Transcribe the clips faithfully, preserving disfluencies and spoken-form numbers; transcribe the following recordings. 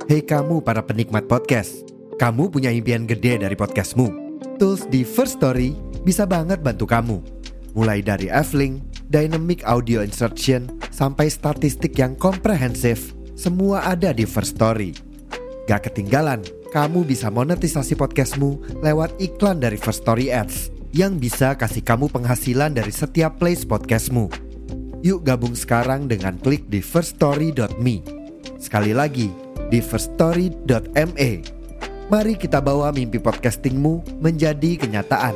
Hei kamu para penikmat podcast, kamu punya impian gede dari podcastmu. Tools di First Story bisa banget bantu kamu. Mulai dari F-Link, Dynamic Audio Insertion, sampai statistik yang komprehensif, semua ada di First Story. Gak ketinggalan, kamu bisa monetisasi podcastmu lewat iklan dari First Story Ads yang bisa kasih kamu penghasilan dari setiap plays podcastmu. Yuk gabung sekarang dengan klik di first story dot me. Sekali lagi, di first story dot me. Mari kita bawa mimpi podcastingmu menjadi kenyataan.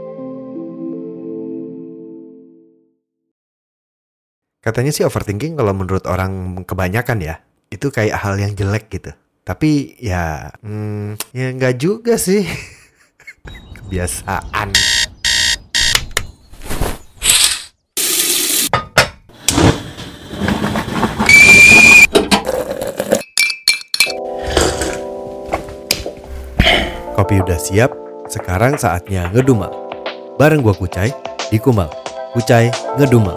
Katanya sih overthinking kalau menurut orang kebanyakan ya, itu kayak hal yang jelek gitu. Tapi ya, hmm, ya nggak juga sih. Kebiasaan. Kopi udah siap, sekarang saatnya ngedumel. Bareng gua Kucai, di Kumal. Kucai ngedumel.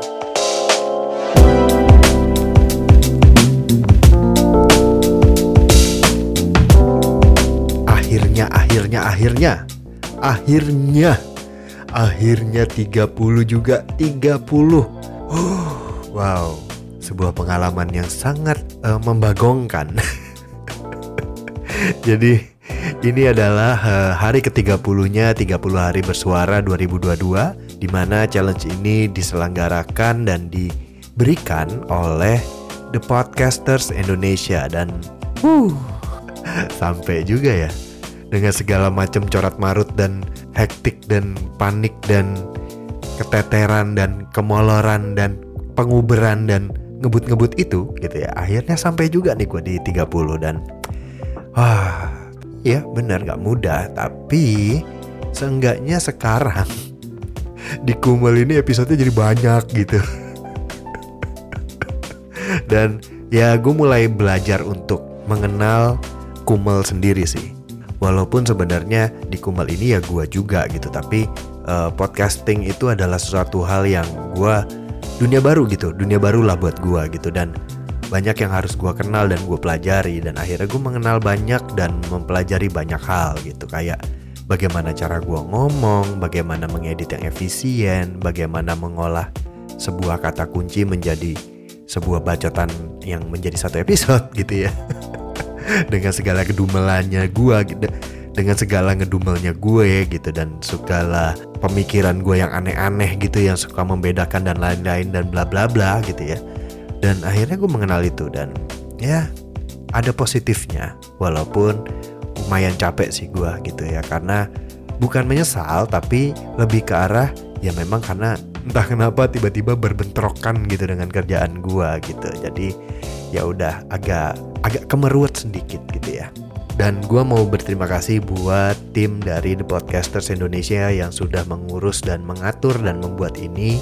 Akhirnya, akhirnya, akhirnya. Akhirnya. Akhirnya tiga puluh juga, tiga puluh. Uh, wow, sebuah pengalaman yang sangat uh, membagongkan. Jadi ini adalah uh, hari ke tiga puluh-nya tiga puluh hari bersuara dua ribu dua puluh dua, di mana challenge ini diselenggarakan dan diberikan oleh The Podcasters Indonesia. Dan uh, sampai juga ya, dengan segala macam corat marut dan hektik dan panik dan keteteran dan kemoloran dan penguberan dan ngebut-ngebut itu gitu ya. Akhirnya sampai juga nih gue di tiga puluh. Dan wah, ya benar gak mudah, tapi seenggaknya sekarang di Kumel ini episodenya jadi banyak gitu. Dan ya gue mulai belajar untuk mengenal Kumel sendiri sih. Walaupun sebenarnya di Kumel ini ya gue juga gitu, tapi uh, podcasting itu adalah sesuatu hal yang gue, dunia baru gitu, dunia baru lah buat gue gitu. Dan banyak yang harus gue kenal dan gue pelajari. Dan akhirnya gue mengenal banyak dan mempelajari banyak hal gitu. Kayak bagaimana cara gue ngomong, bagaimana mengedit yang efisien, bagaimana mengolah sebuah kata kunci menjadi sebuah bacotan yang menjadi satu episode gitu ya. Dengan segala kedumelannya gue, dengan segala ngedumelnya gue gitu, dan segala pemikiran gue yang aneh-aneh gitu, yang suka membedakan dan lain-lain dan bla bla bla gitu ya. Dan akhirnya gue mengenal itu. Dan ya ada positifnya, walaupun lumayan capek sih gue gitu ya. Karena bukan menyesal, tapi lebih ke arah ya memang karena entah kenapa tiba-tiba berbentrokan gitu dengan kerjaan gue gitu. Jadi ya udah agak agak kemeruat sedikit gitu ya. Dan gue mau berterima kasih buat tim dari The Podcasters Indonesia yang sudah mengurus dan mengatur dan membuat ini.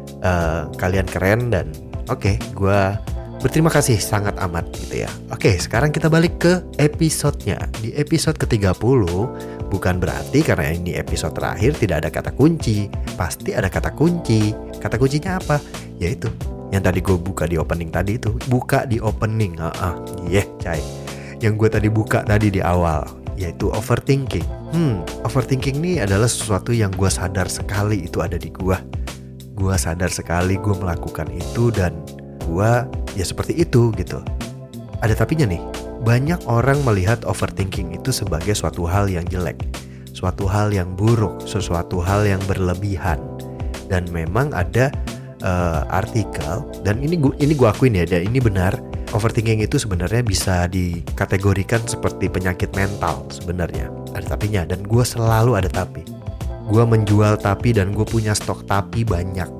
uh, Kalian keren. Dan oke, okay, gue berterima kasih sangat amat gitu ya. Oke, okay, sekarang kita balik ke episodenya. Di episode ke tiga puluh, bukan berarti karena ini episode terakhir tidak ada kata kunci. Pasti ada kata kunci. Kata kuncinya apa? Yaitu yang tadi gue buka di opening tadi itu. Buka di opening, uh-uh. yeah, cai. Yang gue tadi buka tadi di awal, yaitu overthinking. Hmm, overthinking ini adalah sesuatu yang gue sadar sekali itu ada di gue. Gue sadar sekali gue melakukan itu, dan gue ya seperti itu gitu. Ada tapinya nih, banyak orang melihat overthinking itu sebagai suatu hal yang jelek, suatu hal yang buruk, sesuatu hal yang berlebihan. Dan memang ada uh, artikel, dan ini gue ini gue akuin ya, dan ini benar. Overthinking itu sebenarnya bisa dikategorikan seperti penyakit mental sebenarnya. Ada tapinya, dan gue selalu ada tapi. Gue menjual tapi dan gue punya stok tapi banyak.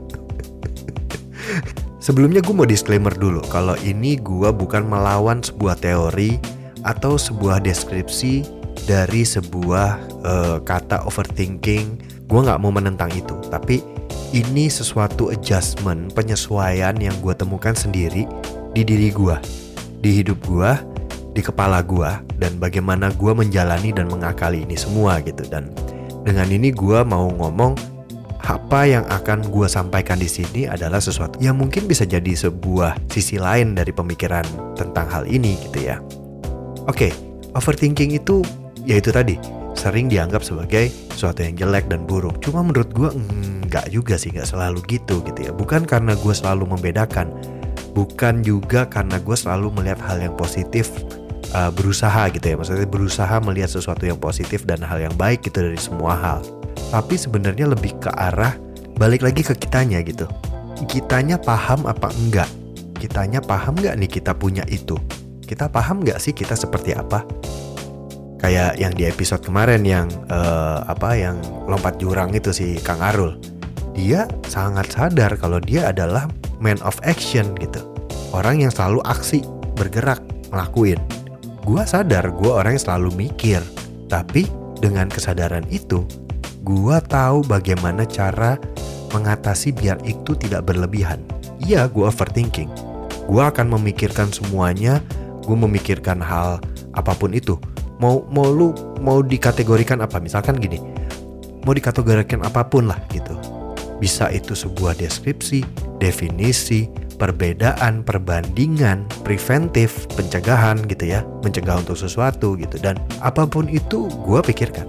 Sebelumnya gue mau disclaimer dulu, kalau ini gue bukan melawan sebuah teori atau sebuah deskripsi dari sebuah uh, kata overthinking. Gue gak mau menentang itu, tapi ini sesuatu adjustment, penyesuaian yang gue temukan sendiri di diri gue, di hidup gue, di kepala gue, dan bagaimana gue menjalani dan mengakali ini semua gitu. Dan dengan ini gue mau ngomong apa yang akan gue sampaikan di sini adalah sesuatu yang mungkin bisa jadi sebuah sisi lain dari pemikiran tentang hal ini gitu ya. Oke, okay, overthinking itu ya itu tadi sering dianggap sebagai sesuatu yang jelek dan buruk. Cuma menurut gue enggak juga sih, enggak selalu gitu gitu ya. Bukan karena gue selalu membedakan, bukan juga karena gue selalu melihat hal yang positif, uh, berusaha gitu ya. Maksudnya berusaha melihat sesuatu yang positif dan hal yang baik gitu dari semua hal. Tapi sebenarnya lebih ke arah balik lagi ke kitanya gitu. Kitanya paham apa enggak? Kitanya paham enggak nih kita punya itu? Kita paham gak sih kita seperti apa? Kayak yang di episode kemarin yang uh, apa yang lompat jurang itu si Kang Arul. Dia sangat sadar kalau dia adalah man of action gitu. Orang yang selalu aksi, bergerak, ngelakuin. Gua sadar gua orang yang selalu mikir. Tapi dengan kesadaran itu, gua tahu bagaimana cara mengatasi biar itu tidak berlebihan. Iya, gua overthinking. Gua akan memikirkan semuanya. Gue memikirkan hal apapun itu. Mau mau lu mau dikategorikan apa? Misalkan gini, mau dikategorikan apapun lah gitu. Bisa itu sebuah deskripsi, definisi, perbedaan, perbandingan, preventif, pencegahan gitu ya, mencegah untuk sesuatu gitu. Dan apapun itu gue pikirkan.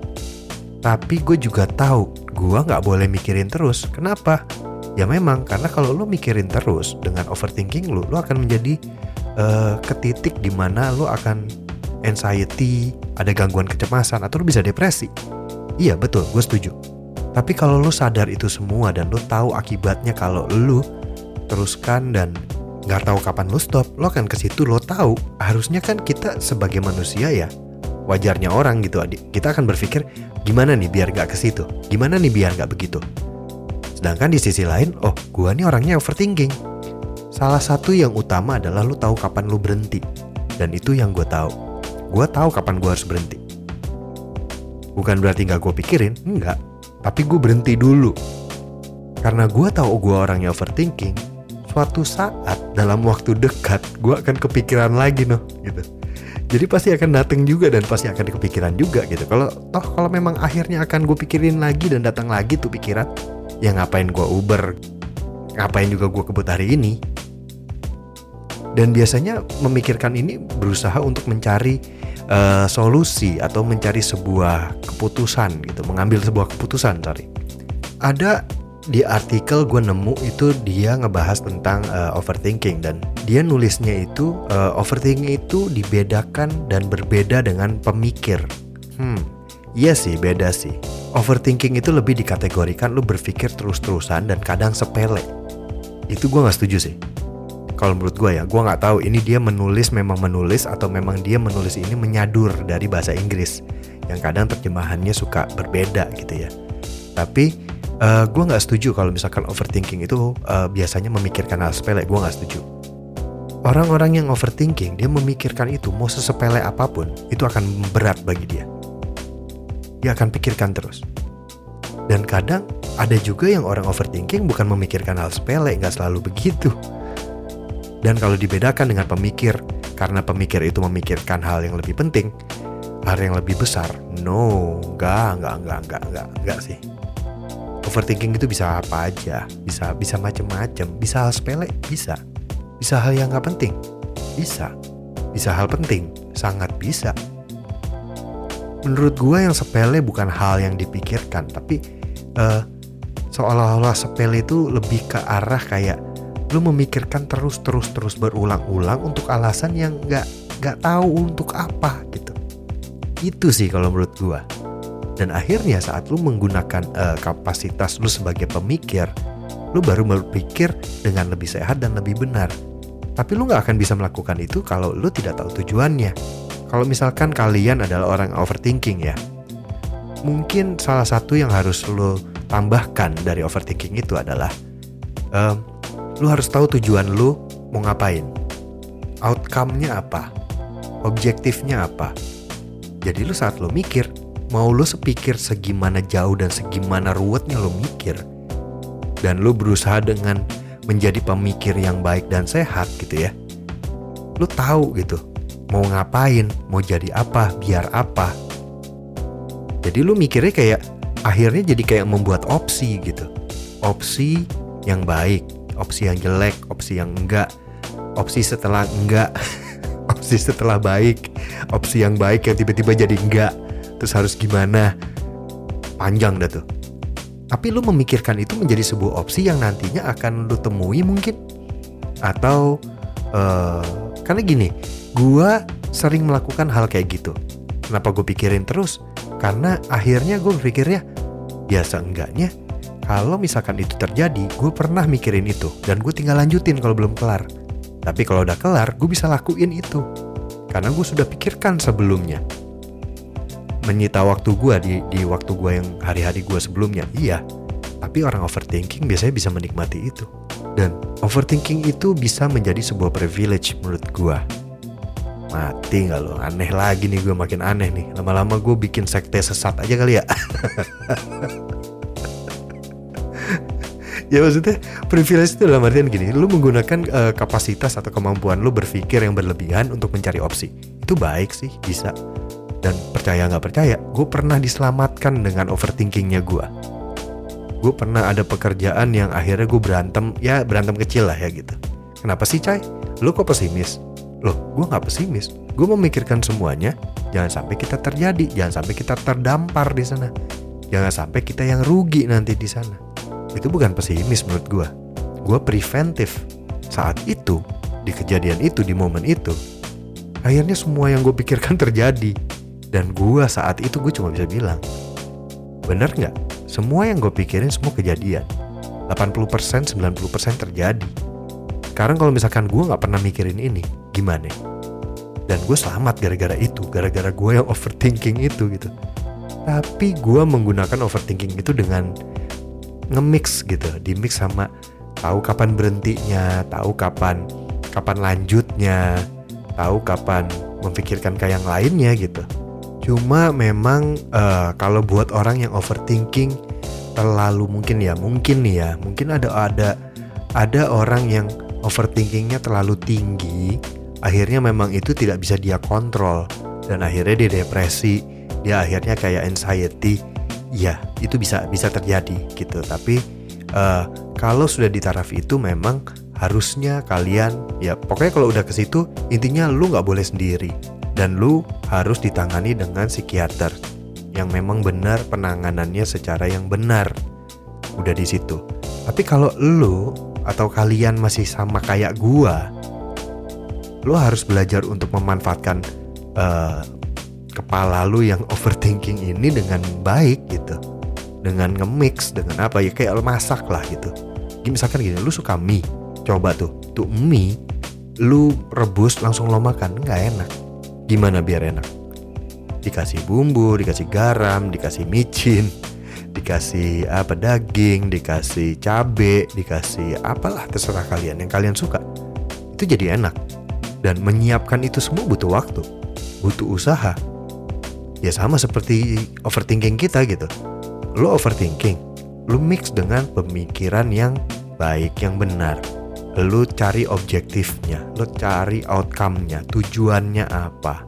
Tapi gue juga tahu gue nggak boleh mikirin terus. Kenapa? Ya memang karena kalau lu mikirin terus dengan overthinking lu, lu akan menjadi Uh, ke titik dimana lo akan anxiety, ada gangguan kecemasan, atau lo bisa depresi. Iya betul, gue setuju. Tapi kalau lo sadar itu semua dan lo tahu akibatnya kalau lo teruskan dan nggak tahu kapan lo stop, lo akan ke situ. Lo tahu harusnya kan kita sebagai manusia ya, wajarnya orang gitu, kita akan berpikir gimana nih biar nggak ke situ, gimana nih biar nggak begitu. Sedangkan di sisi lain, oh gue nih orangnya overthinking. Salah satu yang utama adalah lu tahu kapan lu berhenti. Dan itu yang gue tahu. Gue tahu kapan gue harus berhenti. Bukan berarti gak gue pikirin, enggak. Tapi gue berhenti dulu. Karena gue tahu gue orangnya overthinking. Suatu saat dalam waktu dekat gue akan kepikiran lagi noh gitu. Jadi pasti akan datang juga dan pasti akan kepikiran juga gitu. Kalau toh kalau memang akhirnya akan gue pikirin lagi dan datang lagi tuh pikiran, ya ngapain gue Uber, ngapain juga gue kebut hari ini. Dan biasanya memikirkan ini berusaha untuk mencari uh, solusi atau mencari sebuah keputusan gitu, mengambil sebuah keputusan, sorry. Ada di artikel gue nemu itu dia ngebahas tentang uh, overthinking dan dia nulisnya itu uh, overthinking itu dibedakan dan berbeda dengan pemikir. Hmm, iya sih beda sih. Overthinking itu lebih dikategorikan lu berpikir terus-terusan dan kadang sepele. Itu gue nggak setuju sih. Kalau menurut gue ya, gue nggak tahu ini dia menulis memang menulis atau memang dia menulis ini menyadur dari bahasa Inggris yang kadang terjemahannya suka berbeda gitu ya. Tapi uh, gue nggak setuju kalau misalkan overthinking itu uh, biasanya memikirkan hal sepele. Gue nggak setuju. Orang-orang yang overthinking dia memikirkan itu mau sesepele apapun itu akan berat bagi dia. Dia akan pikirkan terus. Dan kadang ada juga yang orang overthinking bukan memikirkan hal sepele, nggak selalu begitu. Dan kalau dibedakan dengan pemikir, karena pemikir itu memikirkan hal yang lebih penting, hal yang lebih besar, no, enggak, enggak, enggak, enggak, enggak, enggak sih. Overthinking itu bisa apa aja, bisa bisa macam-macam, bisa hal sepele, bisa, bisa hal yang nggak penting, bisa, bisa hal penting, sangat bisa. Menurut gue yang sepele bukan hal yang dipikirkan, tapi uh, seolah-olah sepele itu lebih ke arah kayak lu memikirkan terus-terus-terus berulang-ulang untuk alasan yang gak, gak tahu untuk apa gitu. Itu sih kalau menurut gua. Dan akhirnya saat lu menggunakan uh, kapasitas lu sebagai pemikir, lu baru berpikir dengan lebih sehat dan lebih benar. Tapi lu gak akan bisa melakukan itu kalau lu tidak tahu tujuannya. Kalau misalkan kalian adalah orang overthinking ya, mungkin salah satu yang harus lu tambahkan dari overthinking itu adalah um, lu harus tahu tujuan lu mau ngapain, outcome-nya apa, objektifnya apa. Jadi lu saat lu mikir, mau lu sepikir segimana jauh dan segimana ruwetnya lu mikir, dan lu berusaha dengan menjadi pemikir yang baik dan sehat gitu ya, lu tahu gitu mau ngapain, mau jadi apa, biar apa. Jadi lu mikirnya kayak akhirnya jadi kayak membuat opsi gitu, opsi yang baik, opsi yang jelek, opsi yang enggak, opsi setelah enggak, opsi setelah baik, opsi yang baik yang tiba-tiba jadi enggak, terus harus gimana, panjang dah tuh. Tapi lu memikirkan itu menjadi sebuah opsi yang nantinya akan lu temui mungkin. Atau uh, karena gini, gue sering melakukan hal kayak gitu. Kenapa gue pikirin terus? Karena akhirnya gue berpikirnya, biasa enggaknya kalau misalkan itu terjadi, gue pernah mikirin itu dan gue tinggal lanjutin kalau belum kelar. Tapi kalau udah kelar, gue bisa lakuin itu karena gue sudah pikirkan sebelumnya. Menyita waktu gue di, di waktu gue yang hari-hari gue sebelumnya, iya. Tapi orang overthinking biasanya bisa menikmati itu. Dan overthinking itu bisa menjadi sebuah privilege menurut gue. Mati gak lo? Aneh lagi nih, gue makin aneh nih. Lama-lama gue bikin sekte sesat aja kali ya. Ya maksudnya privilege itu dalam artian gini, lu menggunakan uh, kapasitas atau kemampuan lu berpikir yang berlebihan untuk mencari opsi. Itu baik sih, bisa. Dan percaya gak percaya, gue pernah diselamatkan dengan overthinkingnya gue. Gue pernah ada pekerjaan yang akhirnya gue berantem, ya berantem kecil lah ya gitu. Kenapa sih Cai? Lu kok pesimis? Loh, gue gak pesimis. Gue memikirkan semuanya, jangan sampai kita terjadi, jangan sampai kita terdampar di sana, jangan sampai kita yang rugi nanti di sana. Itu bukan pesimis menurut gue. Gue preventif. Saat itu, di kejadian itu, di momen itu, akhirnya semua yang gue pikirkan terjadi. Dan gue saat itu gue cuma bisa bilang, bener gak? Semua yang gue pikirin semua kejadian. delapan puluh persen, sembilan puluh persen terjadi. Sekarang kalau misalkan gue gak pernah mikirin ini, gimana? Dan gue selamat gara-gara itu, gara-gara gue yang overthinking itu gitu. Tapi gue menggunakan overthinking itu dengan nge-mix gitu, di-mix sama tahu kapan berhentinya, tahu kapan kapan lanjutnya, tahu kapan memikirkan ke yang lainnya gitu. Cuma memang uh, kalau buat orang yang overthinking terlalu mungkin ya, mungkin nih ya, mungkin ada ada ada orang yang overthinkingnya terlalu tinggi, akhirnya memang itu tidak bisa dia kontrol dan akhirnya dia depresi, dia akhirnya kayak anxiety. Ya, itu bisa bisa terjadi gitu. Tapi uh, kalau sudah di taraf itu memang harusnya kalian ya pokoknya kalau udah ke situ intinya lu nggak boleh sendiri dan lu harus ditangani dengan psikiater yang memang benar penanganannya secara yang benar. Udah di situ. Tapi kalau lu atau kalian masih sama kayak gua, lu harus belajar untuk memanfaatkan uh, kepala lu yang overthinking ini dengan baik gitu, dengan nge-mix dengan apa ya, kayak lu masak lah gitu. Misalkan gini, lu suka mie, coba tuh tuh mie lu rebus langsung lo makan, nggak enak. Gimana biar enak? Dikasih bumbu, dikasih garam, dikasih micin, dikasih apa daging, dikasih cabe, dikasih apalah terserah kalian yang kalian suka, itu jadi enak. Dan menyiapkan itu semua butuh waktu, butuh usaha. Ya sama seperti overthinking kita gitu. Lo overthinking, lo mix dengan pemikiran yang baik, yang benar. Lo cari objektifnya, lo cari outcome-nya, tujuannya apa.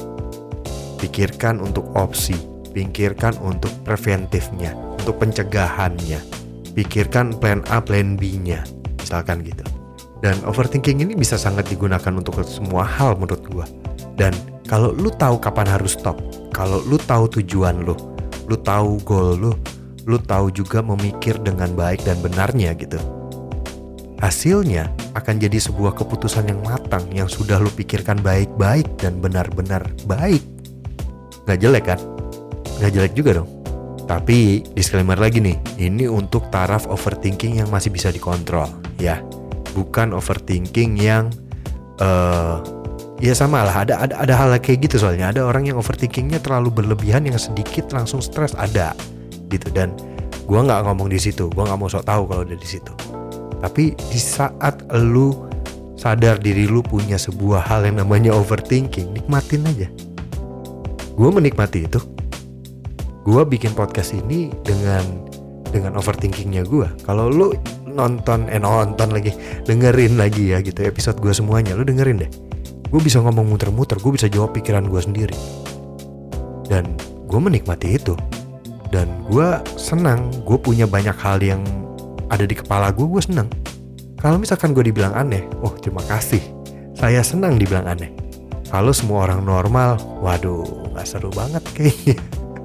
Pikirkan untuk opsi, pikirkan untuk preventifnya, untuk pencegahannya. Pikirkan plan A, plan B-nya, misalkan gitu. Dan overthinking ini bisa sangat digunakan untuk semua hal menurut gua. Dan kalau lu tahu kapan harus stop, kalau lu tahu tujuan lu, lu tahu goal lu, lu tahu juga memikir dengan baik dan benarnya gitu, hasilnya akan jadi sebuah keputusan yang matang, yang sudah lu pikirkan baik-baik dan benar-benar baik. Gak jelek kan? Gak jelek juga dong. Tapi disclaimer lagi nih, ini untuk taraf overthinking yang masih bisa dikontrol ya, bukan overthinking yang uh, ya sama lah, ada ada ada hal kayak gitu soalnya. Ada orang yang overthinkingnya terlalu berlebihan, yang sedikit langsung stres, ada gitu. Dan gue nggak ngomong di situ, gue nggak mau sok tahu kalau udah di situ. Tapi di saat lu sadar diri lu punya sebuah hal yang namanya overthinking, nikmatin aja. Gue menikmati itu. Gue bikin podcast ini dengan dengan overthinkingnya gue. Kalau lu nonton eh nonton lagi, dengerin lagi ya gitu episode gue semuanya, lu dengerin deh. Gue bisa ngomong muter-muter, gue bisa jawab pikiran gue sendiri. Dan gue menikmati itu. Dan gue senang, gue punya banyak hal yang ada di kepala gue, gue senang. Kalau misalkan gue dibilang aneh, oh terima kasih, saya senang dibilang aneh. Kalau semua orang normal, waduh, nggak seru banget kayaknya.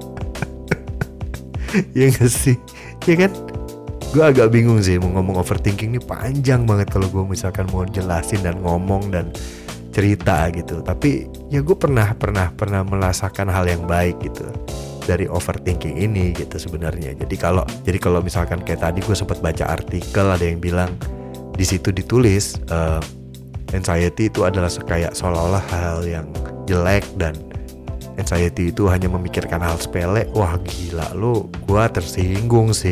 Ya nggak sih, ya kan? Gue agak bingung sih mau ngomong overthinking ini panjang banget kalau gue misalkan mau jelasin dan ngomong dan cerita gitu. Tapi ya gue pernah pernah pernah merasakan hal yang baik gitu dari overthinking ini gitu sebenarnya. Jadi kalau jadi kalau misalkan kayak tadi gue sempat baca artikel, ada yang bilang di situ ditulis uh, anxiety itu adalah kayak seolah-olah hal yang jelek dan anxiety itu hanya memikirkan hal sepele. Wah gila lu, gue tersinggung sih.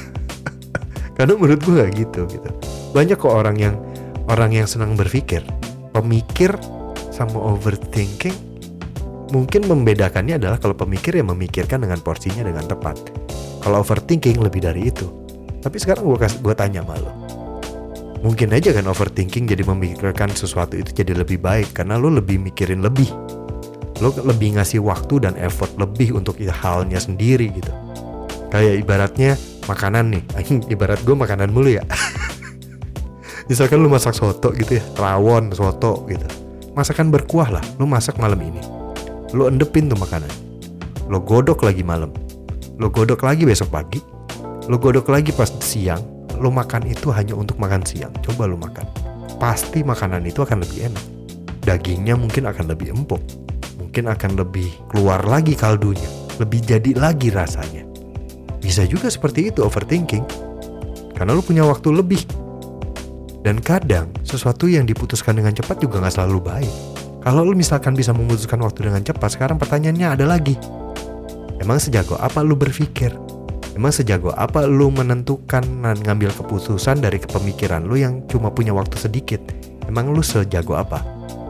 Karena menurut gue gak gitu gitu. Banyak kok orang yang orang yang senang berpikir. Pemikir sama overthinking mungkin membedakannya adalah kalau pemikir ya memikirkan dengan porsinya dengan tepat. Kalau overthinking lebih dari itu. Tapi sekarang gue gue tanya sama lo, mungkin aja kan overthinking jadi memikirkan sesuatu itu jadi lebih baik karena lo lebih mikirin lebih. Lo lebih ngasih waktu dan effort lebih untuk halnya sendiri gitu. Kayak ibaratnya makanan nih, ibarat gue makanan mulu ya. Misalkan lu masak soto gitu ya, rawon, soto gitu. Masakan berkuah lah, lu masak malam ini. Lu endepin tuh makanan. Lu godok lagi malam. Lu godok lagi besok pagi. Lu godok lagi pas siang. Lu makan itu hanya untuk makan siang. Coba lu makan. Pasti makanan itu akan lebih enak. Dagingnya mungkin akan lebih empuk. Mungkin akan lebih keluar lagi kaldunya. Lebih jadi lagi rasanya. Bisa juga seperti itu overthinking. Karena lu punya waktu lebih. Dan kadang sesuatu yang diputuskan dengan cepat juga gak selalu baik. Kalau lu misalkan bisa memutuskan waktu dengan cepat, sekarang pertanyaannya ada lagi. Emang sejago apa lu berpikir? Emang sejago apa lu menentukan dan ngambil keputusan dari kepemikiran lu yang cuma punya waktu sedikit? Emang lu sejago apa?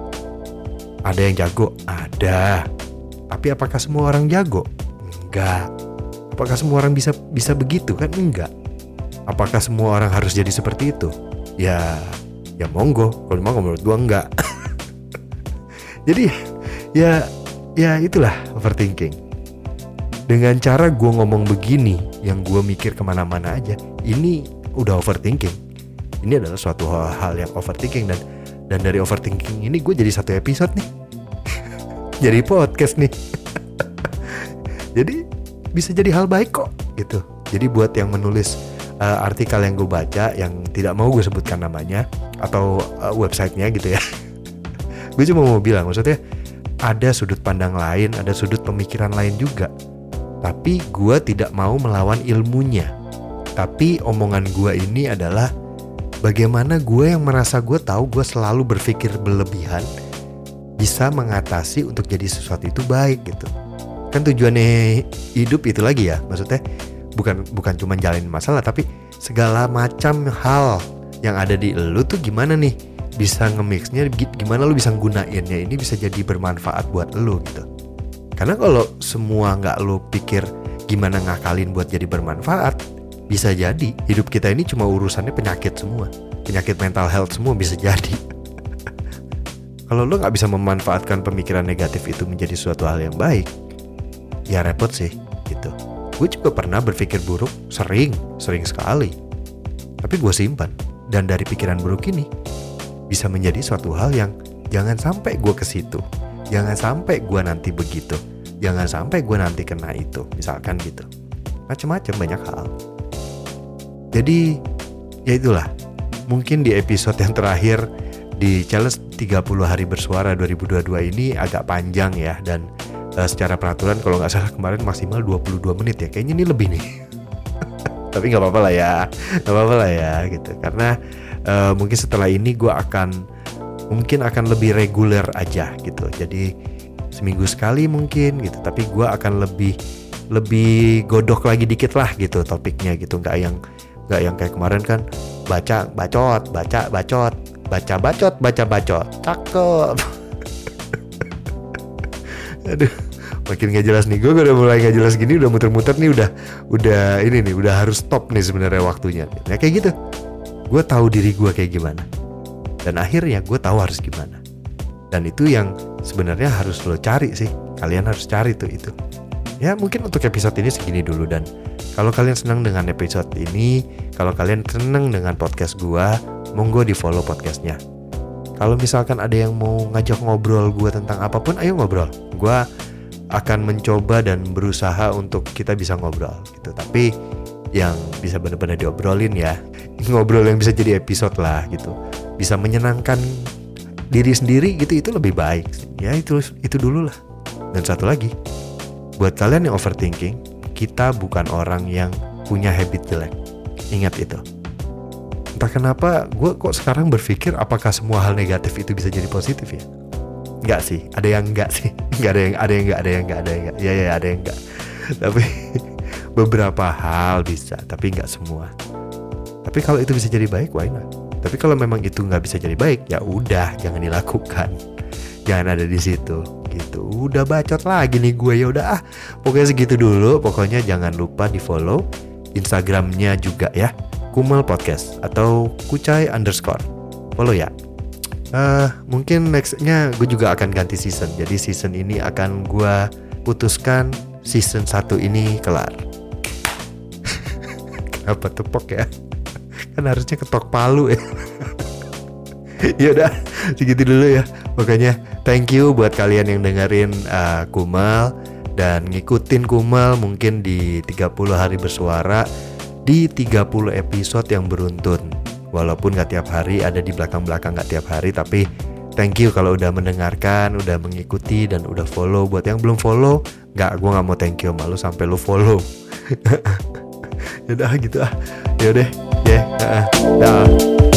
Ada yang jago? Ada. Tapi apakah semua orang jago? Enggak. Apakah semua orang bisa bisa begitu? Kan enggak. Apakah semua orang harus jadi seperti itu? Ya, ya monggo. Kalau memang menurut gua enggak. Jadi ya ya itulah overthinking. Dengan cara gua ngomong begini, yang gua mikir kemana-mana aja, ini udah overthinking. Ini adalah suatu hal yang overthinking dan dan dari overthinking ini gue jadi satu episode nih. Jadi podcast nih. Jadi bisa jadi hal baik kok gitu. Jadi buat yang menulis uh, artikel yang gue baca yang tidak mau gue sebutkan namanya atau uh, websitenya gitu ya. Gue cuma mau bilang, maksudnya ada sudut pandang lain, ada sudut pemikiran lain juga. Tapi gue tidak mau melawan ilmunya. Tapi omongan gue ini adalah bagaimana gue yang merasa gue tahu gue selalu berpikir berlebihan bisa mengatasi untuk jadi sesuatu itu baik gitu. Kan tujuannya hidup itu lagi ya, maksudnya bukan bukan cuma jalanin masalah, tapi segala macam hal yang ada di lu tuh gimana nih bisa nge-mixnya, gimana lu bisa nggunainnya ini bisa jadi bermanfaat buat lu gitu. Karena kalau semua nggak lu pikir gimana ngakalin buat jadi bermanfaat, bisa jadi hidup kita ini cuma urusannya penyakit semua, penyakit mental health semua bisa jadi. Kalau lu nggak bisa memanfaatkan pemikiran negatif itu menjadi suatu hal yang baik, ya repot sih gitu. Gue juga pernah berpikir buruk, sering, sering sekali. Tapi gue simpan. Dan dari pikiran buruk ini bisa menjadi suatu hal yang jangan sampai gue ke situ. Jangan sampai gue nanti begitu. Jangan sampai gue nanti kena itu. Misalkan gitu. Macam-macam banyak hal. Jadi ya itulah. Mungkin di episode yang terakhir di challenge tiga puluh hari bersuara dua ribu dua puluh dua ini agak panjang ya. Dan Uh, secara peraturan kalau nggak salah kemarin maksimal dua puluh dua menit ya. Kayaknya ini lebih nih. Tapi nggak apa-apa lah ya, nggak apa-apa lah ya gitu. Karena uh, mungkin setelah ini gue akan mungkin akan lebih reguler aja gitu. Jadi seminggu sekali mungkin gitu. Tapi gue akan lebih lebih godok lagi dikit lah gitu topiknya gitu. Nggak yang nggak yang kayak kemarin kan baca bacot, baca bacot, baca bacot, baca bacot, cakep. Aduh, makin gak jelas nih. Gue udah mulai gak jelas gini, udah muter-muter nih, udah udah ini nih, udah harus stop nih sebenarnya waktunya. Ya kayak gitu. Gue tahu diri gue kayak gimana. Dan akhirnya gue tahu harus gimana. Dan itu yang sebenarnya harus lo cari sih. Kalian harus cari tuh itu. Ya mungkin untuk episode ini segini dulu. Dan kalau kalian senang dengan episode ini, kalau kalian senang dengan podcast gue, monggo di follow podcastnya. Kalau misalkan ada yang mau ngajak ngobrol gue tentang apapun, ayo ngobrol. Gue akan mencoba dan berusaha untuk kita bisa ngobrol gitu. Tapi yang bisa benar-benar diobrolin ya, ngobrol yang bisa jadi episode lah gitu, bisa menyenangkan diri sendiri gitu, itu lebih baik. Ya itu itu dulu lah. Dan satu lagi, buat kalian yang overthinking, kita bukan orang yang punya habit jelek. Ingat itu. Entah kenapa gue kok sekarang berpikir apakah semua hal negatif itu bisa jadi positif ya? Enggak sih, ada yang enggak sih. Enggak ada yang ada yang enggak, ada yang enggak, ada yang enggak. Ya ya ada yang enggak. Tapi beberapa hal bisa, tapi enggak semua. Tapi kalau itu bisa jadi baik, why not? Tapi kalau memang itu enggak bisa jadi baik, ya udah jangan dilakukan. Jangan ada di situ gitu. Udah bacot lagi nih gue, ya udah ah. Pokoknya segitu dulu. Pokoknya jangan lupa di-follow Instagramnya juga ya. Kumel Podcast atau Kucai underscore. Follow ya. uh, Mungkin nextnya gue juga akan ganti season. Jadi season ini akan gue putuskan season satu ini kelar. Kenapa tepok ya? Kan harusnya ketok palu ya. Yaudah segitu dulu ya. Pokoknya thank you buat kalian yang dengerin uh, Kumel dan ngikutin Kumel mungkin di tiga puluh hari bersuara, di tiga puluh episode yang beruntun. Walaupun gak tiap hari, ada di belakang-belakang gak tiap hari, tapi thank you kalau udah mendengarkan, udah mengikuti, dan udah follow. Buat yang belum follow, gak, gue gak mau thank you sama lu sampai lu follow. Yaudah gitu ah. Yaudah, ya, yeah, uh, dah.